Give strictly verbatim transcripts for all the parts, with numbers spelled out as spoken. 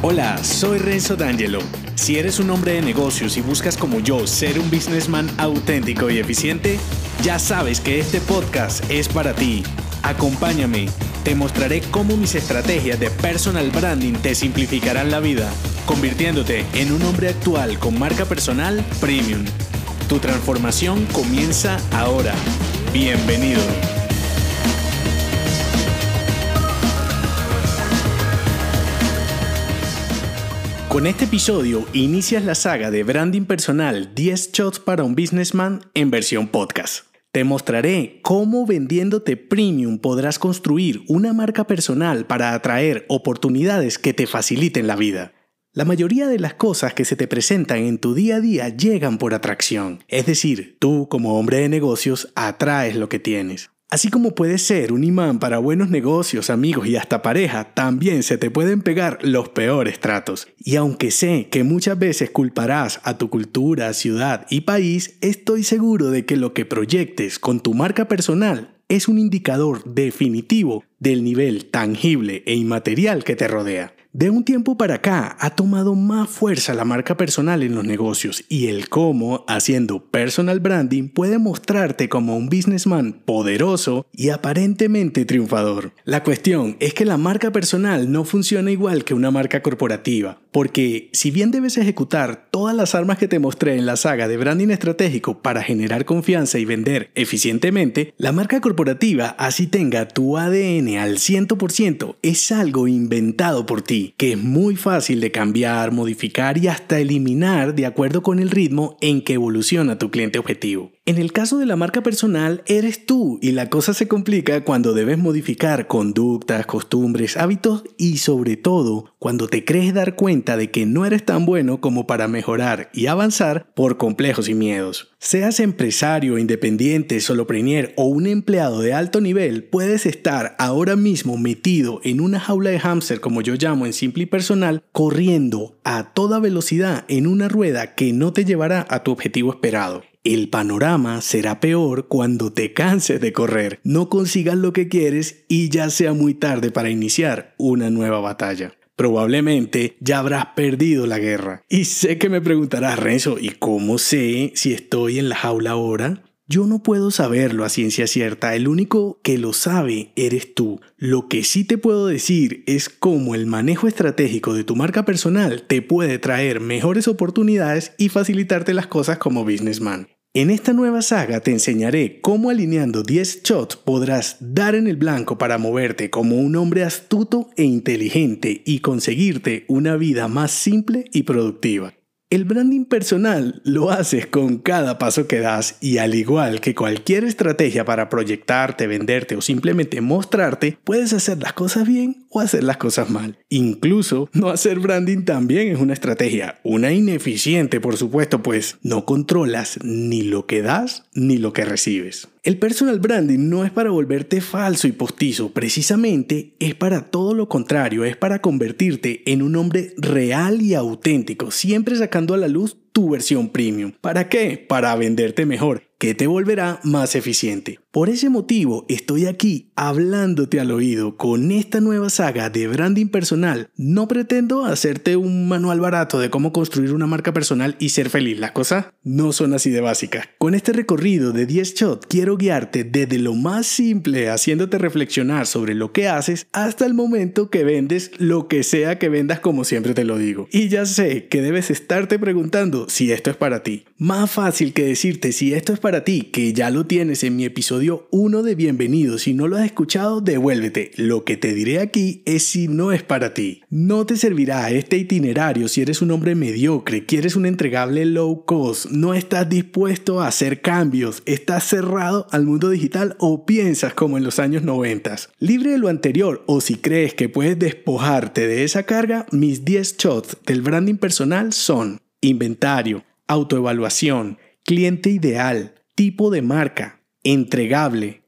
Hola, soy Renzo D'Angelo. Si eres un hombre de negocios y buscas como yo ser un businessman auténtico y eficiente, ya sabes que este podcast es para ti. Acompáñame, te mostraré cómo mis estrategias de personal branding te simplificarán la vida, convirtiéndote en un hombre actual con marca personal premium. Tu transformación comienza ahora. Bienvenido. Con este episodio inicias la saga de branding personal diez shots para un businessman en versión podcast. Te mostraré cómo vendiéndote premium podrás construir una marca personal para atraer oportunidades que te faciliten la vida. La mayoría de las cosas que se te presentan en tu día a día llegan por atracción. Es decir, tú como hombre de negocios atraes lo que tienes. Así como puedes ser un imán para buenos negocios, amigos y hasta pareja, también se te pueden pegar los peores tratos. Y aunque sé que muchas veces culparás a tu cultura, ciudad y país, estoy seguro de que lo que proyectes con tu marca personal es un indicador definitivo del nivel tangible e inmaterial que te rodea. De un tiempo para acá ha tomado más fuerza la marca personal en los negocios y el cómo, haciendo personal branding, puede mostrarte como un businessman poderoso y aparentemente triunfador. La cuestión es que la marca personal no funciona igual que una marca corporativa, porque si bien debes ejecutar todas las armas que te mostré en la saga de branding estratégico para generar confianza y vender eficientemente, la marca corporativa, así tenga tu A D N al cien por ciento, es algo inventado por ti, que es muy fácil de cambiar, modificar y hasta eliminar de acuerdo con el ritmo en que evoluciona tu cliente objetivo. En el caso de la marca personal, eres tú y la cosa se complica cuando debes modificar conductas, costumbres, hábitos y sobre todo cuando te crees dar cuenta de que no eres tan bueno como para mejorar y avanzar por complejos y miedos. Seas empresario, independiente, solopreneur o un empleado de alto nivel, puedes estar ahora mismo metido en una jaula de hámster, como yo llamo en simple y personal, corriendo a toda velocidad en una rueda que no te llevará a tu objetivo esperado. El panorama será peor cuando te canses de correr, no consigas lo que quieres y ya sea muy tarde para iniciar una nueva batalla. Probablemente ya habrás perdido la guerra. Y sé que me preguntarás, Renzo, ¿y cómo sé si estoy en la jaula ahora? Yo no puedo saberlo a ciencia cierta, el único que lo sabe eres tú. Lo que sí te puedo decir es cómo el manejo estratégico de tu marca personal te puede traer mejores oportunidades y facilitarte las cosas como businessman. En esta nueva saga te enseñaré cómo alineando diez shots podrás dar en el blanco para moverte como un hombre astuto e inteligente y conseguirte una vida más simple y productiva. El branding personal lo haces con cada paso que das y al igual que cualquier estrategia para proyectarte, venderte o simplemente mostrarte, puedes hacer las cosas bien o hacer las cosas mal. Incluso no hacer branding también es una estrategia, una ineficiente por supuesto, pues no controlas ni lo que das ni lo que recibes. El personal branding no es para volverte falso y postizo, precisamente es para todo lo contrario, es para convertirte en un hombre real y auténtico, siempre sacando a la luz tu versión premium. ¿Para qué? Para venderte mejor, que te volverá más eficiente. Por ese motivo estoy aquí hablándote al oído con esta nueva saga de branding personal. No pretendo hacerte un manual barato de cómo construir una marca personal y ser feliz. Las cosas no son así de básicas. Con este recorrido de diez shots quiero guiarte desde lo más simple, haciéndote reflexionar sobre lo que haces hasta el momento que vendes lo que sea que vendas, como siempre te lo digo. Y ya sé que debes estarte preguntando si esto es para ti. Más fácil que decirte si esto es para ti, que ya lo tienes en mi episodio uno de Bienvenido. Si no lo has escuchado, devuélvete. Lo que te diré aquí es si no es para ti. No te servirá este itinerario si eres un hombre mediocre, quieres un entregable low cost, no estás dispuesto a hacer cambios, estás cerrado al mundo digital o piensas como en los años noventa. Libre de lo anterior o si crees que puedes despojarte de esa carga, mis diez shots del branding personal son inventario, autoevaluación, cliente ideal, tipo de marca, entregable,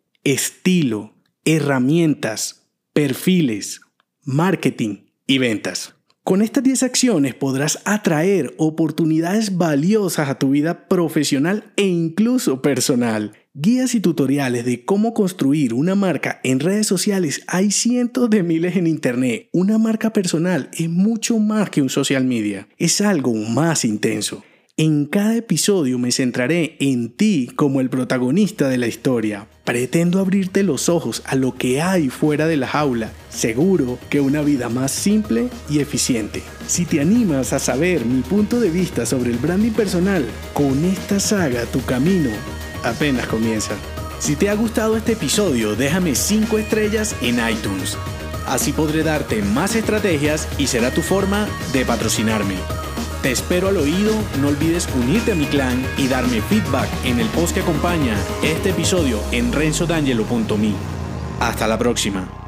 estilo, herramientas, perfiles, marketing y ventas. Con estas diez acciones podrás atraer oportunidades valiosas a tu vida profesional e incluso personal. Guías y tutoriales de cómo construir una marca en redes sociales hay cientos de miles en internet. Una marca personal es mucho más que un social media, es algo más intenso. En cada episodio me centraré en ti como el protagonista de la historia. Pretendo abrirte los ojos a lo que hay fuera de la jaula, seguro que una vida más simple y eficiente. Si te animas a saber mi punto de vista sobre el branding personal, con esta saga tu camino apenas comienza. Si te ha gustado este episodio, déjame cinco estrellas en iTunes. Así podré darte más estrategias y será tu forma de patrocinarme. Te espero al oído, no olvides unirte a mi clan y darme feedback en el post que acompaña este episodio en renzo d'angelo punto me. Hasta la próxima.